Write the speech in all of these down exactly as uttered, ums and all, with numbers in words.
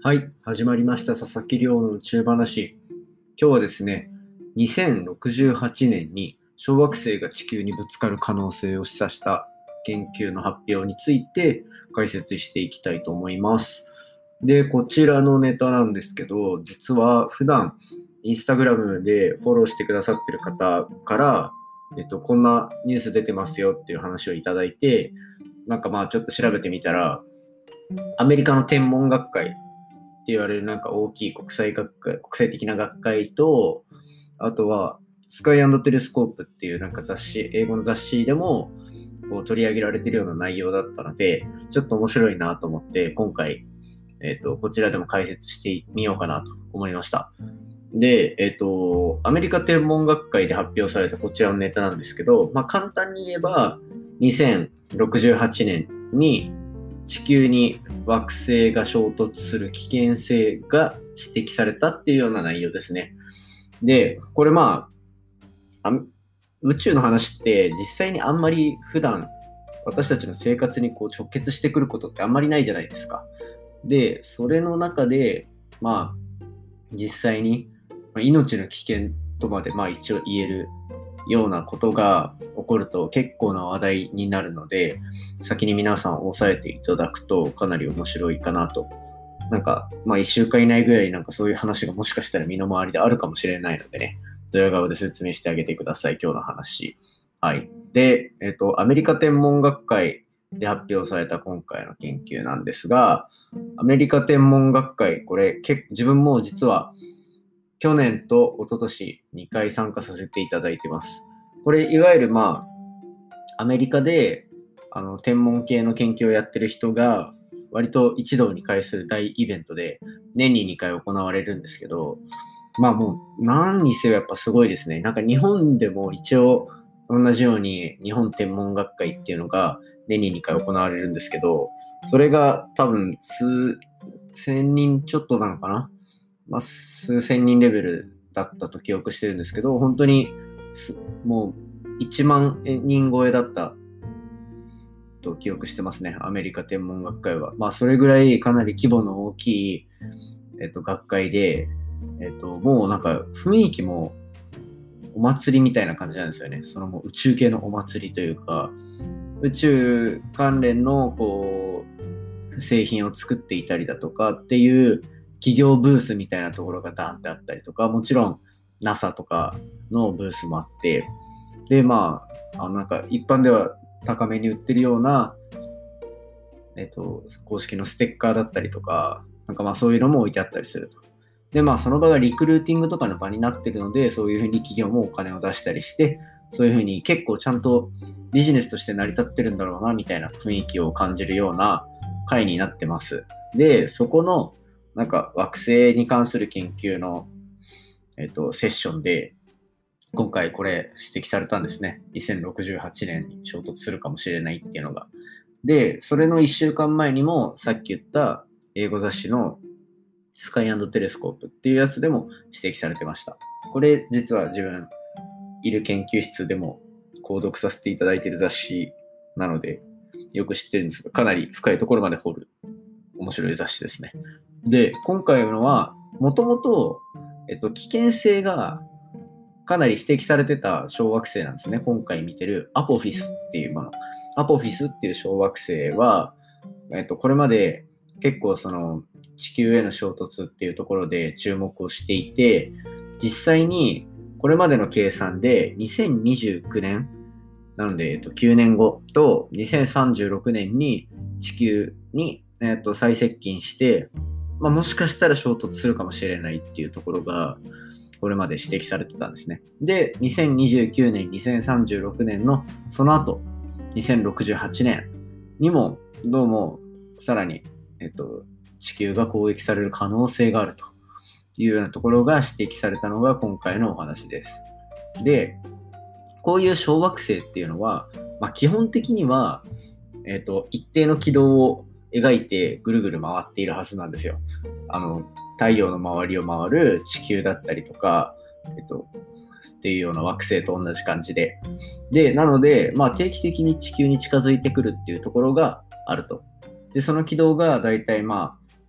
はい、始まりました。佐々木亮の宇宙話。今日はですね、にせんろくじゅうはちねんに小惑星が地球にぶつかる可能性を示唆した研究の発表について解説していきたいと思います。で、こちらのネタなんですけど、実は普段インスタグラムでフォローしてくださってる方から、えっと、こんなニュース出てますよっていう話をいただいて、なんかまあちょっと調べてみたら、アメリカの天文学会って言われるなんか大きい国際学会、国際的な学会と、あとはスカイ&テレスコープっていうなんか雑誌、英語の雑誌でもこう取り上げられているような内容だったので、ちょっと面白いなと思って、今回、えっと、こちらでも解説してみようかなと思いました。で、えっと、アメリカ天文学会で発表されたこちらのネタなんですけど、まあ簡単に言えば、にせんろくじゅうはちねんに地球に惑星が衝突する危険性が指摘されたっていうような内容ですね。で、これまあ、あ宇宙の話って実際にあんまり普段私たちの生活にこう直結してくることってあんまりないじゃないですか。で、それの中で、まあ、実際に命の危険とまでまあ一応言えるようなことが起こると結構な話題になるので、先に皆さん押さえていただくとかなり面白いかなと。なんか、まあいっしゅうかん以内ぐらいになんかそういう話がもしかしたら身の回りであるかもしれないのでね、ドヤ顔で説明してあげてください、今日の話。はい。で、えっと、アメリカ天文学会で発表された今回の研究なんですが、アメリカ天文学会、これ、自分も実は去年と一昨年にかい参加させていただいてます。これ、いわゆるまあ、アメリカであの天文系の研究をやってる人が割と一堂に会する大イベントで年ににかい行われるんですけど、まあもう何にせよやっぱすごいですね。なんか日本でも一応同じように日本天文学会っていうのが年ににかい行われるんですけど、それが多分数千人ちょっとなのかな、まあ、数千人レベルだったと記憶してるんですけど、本当にもういちまんにん超えだったと記憶してますね、アメリカ天文学会は。まあそれぐらいかなり規模の大きい、えっと、学会で、えっと、もうなんか雰囲気もお祭りみたいな感じなんですよね。そのもう宇宙系のお祭りというか、宇宙関連のこう製品を作っていたりだとかっていう企業ブースみたいなところがダーンってあったりとか、もちろん ナサ とかのブースもあって、で、まあ、あのなんか一般では高めに売ってるような、えっと、公式のステッカーだったりとか、なんかまあそういうのも置いてあったりすると。で、まあその場がリクルーティングとかの場になってるので、そういうふうに企業もお金を出したりして、そういうふうに結構ちゃんとビジネスとして成り立ってるんだろうな、みたいな雰囲気を感じるような会になってます。で、そこの、なんか惑星に関する研究の、えっと、セッションで、今回これ指摘されたんですね。にせんろくじゅうはちねんに衝突するかもしれないっていうのが。で、それのいっしゅうかんまえにも、さっき言った英語雑誌のスカイ&テレスコープっていうやつでも指摘されてました。これ実は自分いる研究室でも購読させていただいている雑誌なので、よく知ってるんですが、かなり深いところまで掘る面白い雑誌ですね。で、今回のは、もともと、えっと、危険性がかなり指摘されてた小惑星なんですね。今回見てるアポフィスっていうもの。アポフィスっていう小惑星は、えっと、これまで結構その地球への衝突っていうところで注目をしていて、実際にこれまでの計算でにせんにじゅうきゅうねん、なので、えっと、きゅうねんごとにせんさんじゅうろくねんに地球に、えっと、最接近して、まあ、もしかしたら衝突するかもしれないっていうところがこれまで指摘されてたんですね。で、にせんにじゅうきゅうねん、にせんさんじゅうろくねんのその後、にせんろくじゅうはちねんにもどうもさらに、えっと、地球が攻撃される可能性があるというようなところが指摘されたのが今回のお話です。で、こういう小惑星っていうのは、まあ、基本的には、えっと、一定の軌道を描いてぐるぐる回っているはずなんですよ。あの、太陽の周りを回る地球だったりとか、えっと、っていうような惑星と同じ感じで。で、なので、まあ定期的に地球に近づいてくるっていうところがあると。で、その軌道がだいたいまあ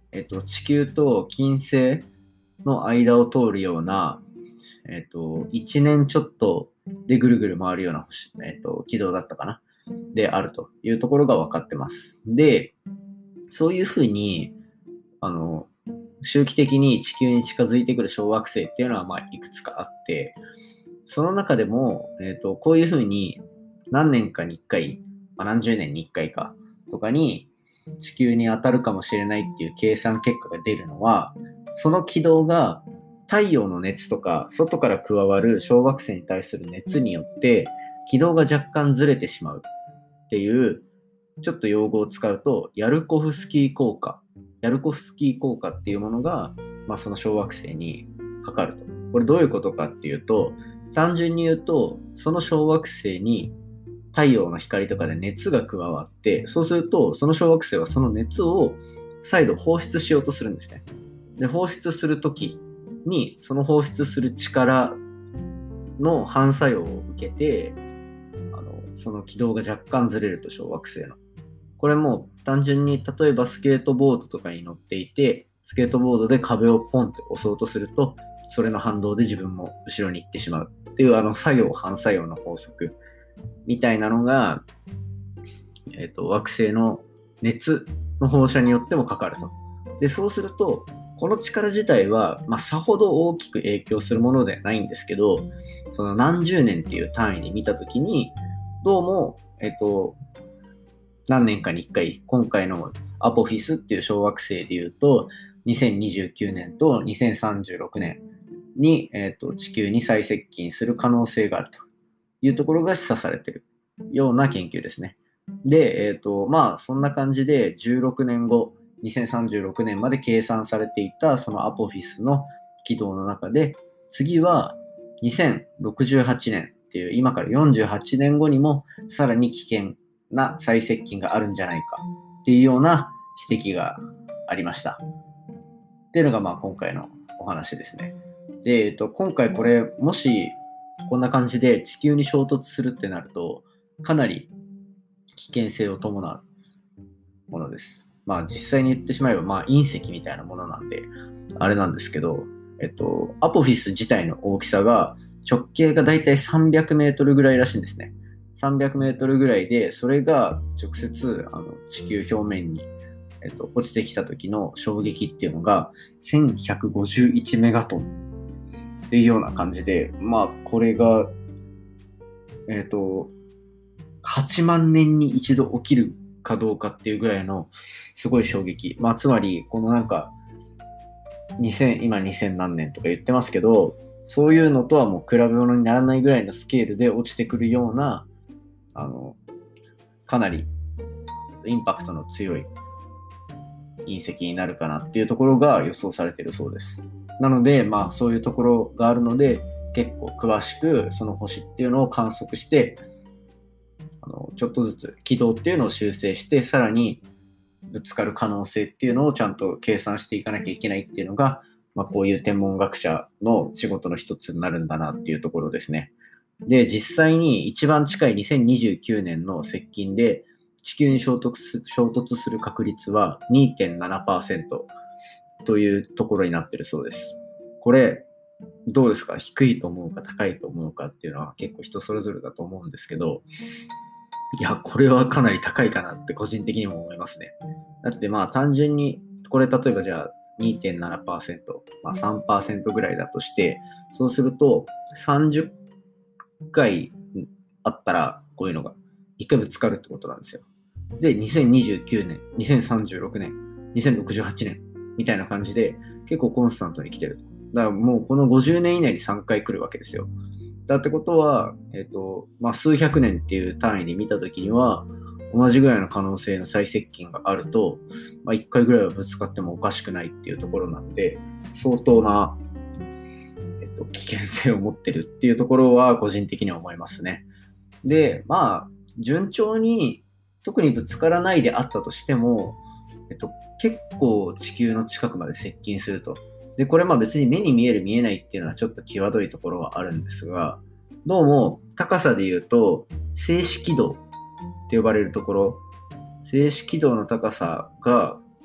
えっと、地球と金星の間を通るような、えっと、いちねんちょっとでぐるぐる回るような星、えっと、軌道だったかなであるというところが分かってます。で、そういうふうに、あの、周期的に地球に近づいてくる小惑星っていうのは、まあ、いくつかあって、その中でも、えっと、こういうふうに何年かにいっかい、まあ、何十年にいっかいかとかに地球に当たるかもしれないっていう計算結果が出るのは、その軌道が太陽の熱とか外から加わる小惑星に対する熱によって軌道が若干ずれてしまうっていうちょっと用語を使うとヤルコフスキー効果ヤルコフスキー効果っていうものが、まあ、その小惑星にかかると。これどういうことかっていうと、単純に言うとその小惑星に太陽の光とかで熱が加わって、そうするとその小惑星はその熱を再度放出しようとするんですね。で、放出するときにその放出する力の反作用を受けて、あのその軌道が若干ずれると、小惑星の。これも単純に例えばスケートボードとかに乗っていて、スケートボードで壁をポンって押そうとすると、それの反動で自分も後ろに行ってしまうっていうあの作用反作用の法則みたいなのが、えっと、惑星の熱の放射によってもかかると。で、そうすると、この力自体は、まあ、さほど大きく影響するものではないんですけど、その何十年っていう単位で見たときに、どうも、えっと、何年かにいっかい、今回のアポフィスっていう小惑星でいうと、にせんにじゅうきゅうねんとにせんさんじゅうろくねんに、えっと、地球に再接近する可能性があるというところが示唆されているような研究ですね。で、えっと、まあ、そんな感じでじゅうろくねんご、にせんさんじゅうろくねんまで計算されていたそのアポフィスの軌道の中で、次はにせんろくじゅうはちねんっていう今からよんじゅうはちねんごにもさらに危険な再接近があるんじゃないかっていうような指摘がありました。っていうのがまあ今回のお話ですね。で、えっと、今回これもしこんな感じで地球に衝突するってなるとかなり危険性を伴うものです。まあ実際に言ってしまえばまあ隕石みたいなものなんであれなんですけど、えっと、アポフィス自体の大きさが直径がだいたいさんびゃくメートルぐらいらしいんですね。さんびゃくメートルぐらいで、それが直接あの地球表面に、えっと、落ちてきた時の衝撃っていうのがせんひゃくごじゅういちメガトンっていうような感じで、まあこれがえっとはちまんねんに一度起きるかどうかっていうぐらいのすごい衝撃。まあつまりこのなんかにせん今にせん何年とか言ってますけど、そういうのとはもう比べ物にならないぐらいのスケールで落ちてくるようなあのかなりインパクトの強い隕石になるかなっていうところが予想されているそうです。なので、まあそういうところがあるので、結構詳しくその星っていうのを観測して、あのちょっとずつ軌道っていうのを修正して、さらにぶつかる可能性っていうのをちゃんと計算していかなきゃいけないっていうのが、まあ、こういう天文学者の仕事の一つになるんだなっていうところですね。で、実際に一番近いにせんにじゅうきゅうねんの接近で地球に衝突す、衝突する確率は にてんななパーセント というところになっているそうです。これ、どうですか？低いと思うか高いと思うかっていうのは結構人それぞれだと思うんですけど、いや、これはかなり高いかなって個人的にも思いますね。だってまあ単純に、これ例えばじゃあ にてんななパーセント、まあ、さんパーセントぐらいだとして、そうするとさんじゅっかいあったらこういうのがいっかいぶつかるってことなんですよ。で、にせんにじゅうきゅうねん、にせんさんじゅうろくねん、にせんろくじゅうはちねんみたいな感じで結構コンスタントに来てる。だからもうこのごじゅうねん以内にさんかい来るわけですよ。だってことは、えっと、まあ、数百年っていう単位で見たときには、同じぐらいの可能性の再接近があると、まあ、いっかいぐらいはぶつかってもおかしくないっていうところなので、相当な、えっと、危険性を持ってるっていうところは個人的には思いますね。で、まあ、順調に、特にぶつからないであったとしても、えっと、結構地球の近くまで接近すると。で、これまあ別に目に見える見えないっていうのはちょっと際どいところはあるんですが、どうも高さで言うと静止軌道って呼ばれるところ、静止軌道の高さが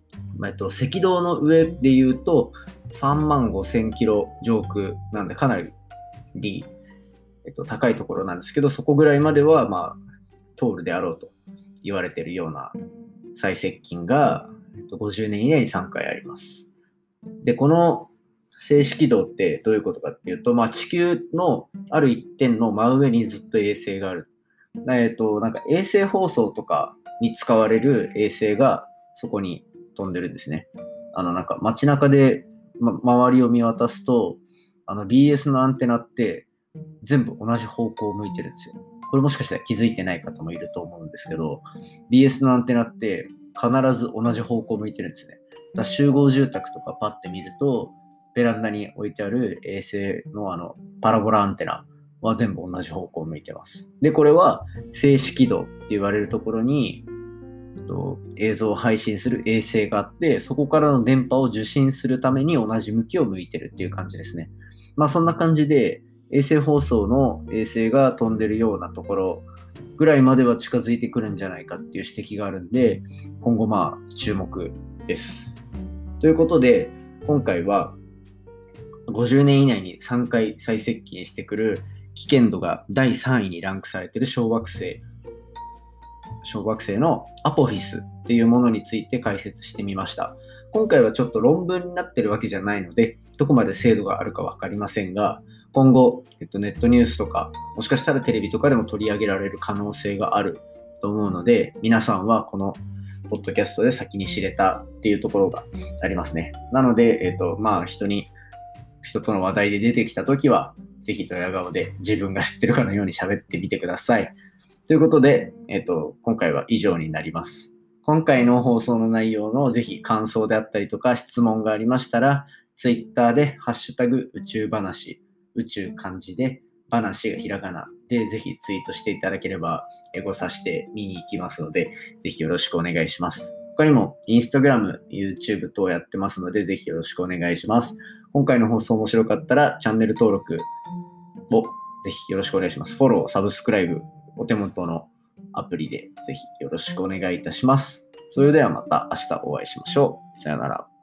まあえっと、赤道の上で言うとさんまんごせんキロ上空なんでかなり、えっと、高いところなんですけど、そこぐらいまでは、まあ、通るであろうと言われているような最接近が、えっと、ごじゅうねん以内にさんかいあります。で、この静止軌道ってどういうことかっていうと、まあ、地球のある一点の真上にずっと衛星がある。えっと、なんか衛星放送とかに使われる衛星がそこに飛んでるんですね。あの、なんか街中で、ま、周りを見渡すと、あの ビーエス のアンテナって全部同じ方向を向いてるんですよ。これもしかしたら気づいてない方もいると思うんですけど、ビーエス のアンテナって必ず同じ方向を向いてるんですね。だ集合住宅とかパッて見ると、ベランダに置いてある衛星のあのパラボラアンテナは全部同じ方向を向いてます。で、これは静止軌道って言われるところに映像を配信する衛星があって、そこからの電波を受信するために同じ向きを向いてるっていう感じですね。まあそんな感じで衛星放送の衛星が飛んでるようなところぐらいまでは近づいてくるんじゃないかっていう指摘があるんで、今後まあ注目です。ということで、今回はごじゅうねん以内にさんかい再接近してくる危険度がだいさんいにランクされている小惑星小惑星のアポフィスっていうものについて解説してみました。今回はちょっと論文になってるわけじゃないので、どこまで精度があるかわかりませんが、今後、えっと、ネットニュースとか、もしかしたらテレビとかでも取り上げられる可能性があると思うので、皆さんはこのポッドキャストで先に知れたっていうところがありますね。なので、えっと、まあ、人に、人との話題で出てきたときは、ぜひドヤ顔で自分が知ってるかのように喋ってみてください。ということで、えっと、今回は以上になります。今回の放送の内容のぜひ感想であったりとか質問がありましたら、Twitter でハッシュタグ宇宙話、宇宙漢字で話がひらがなでぜひツイートしていただければエゴさして見に行きますので、ぜひよろしくお願いします。他にも Instagram、YouTube 等やってますので、ぜひよろしくお願いします。今回の放送面白かったらチャンネル登録をぜひよろしくお願いします。フォロー、サブスクライブ、お手元のアプリでぜひよろしくお願いいたします。それではまた明日お会いしましょう。さよなら。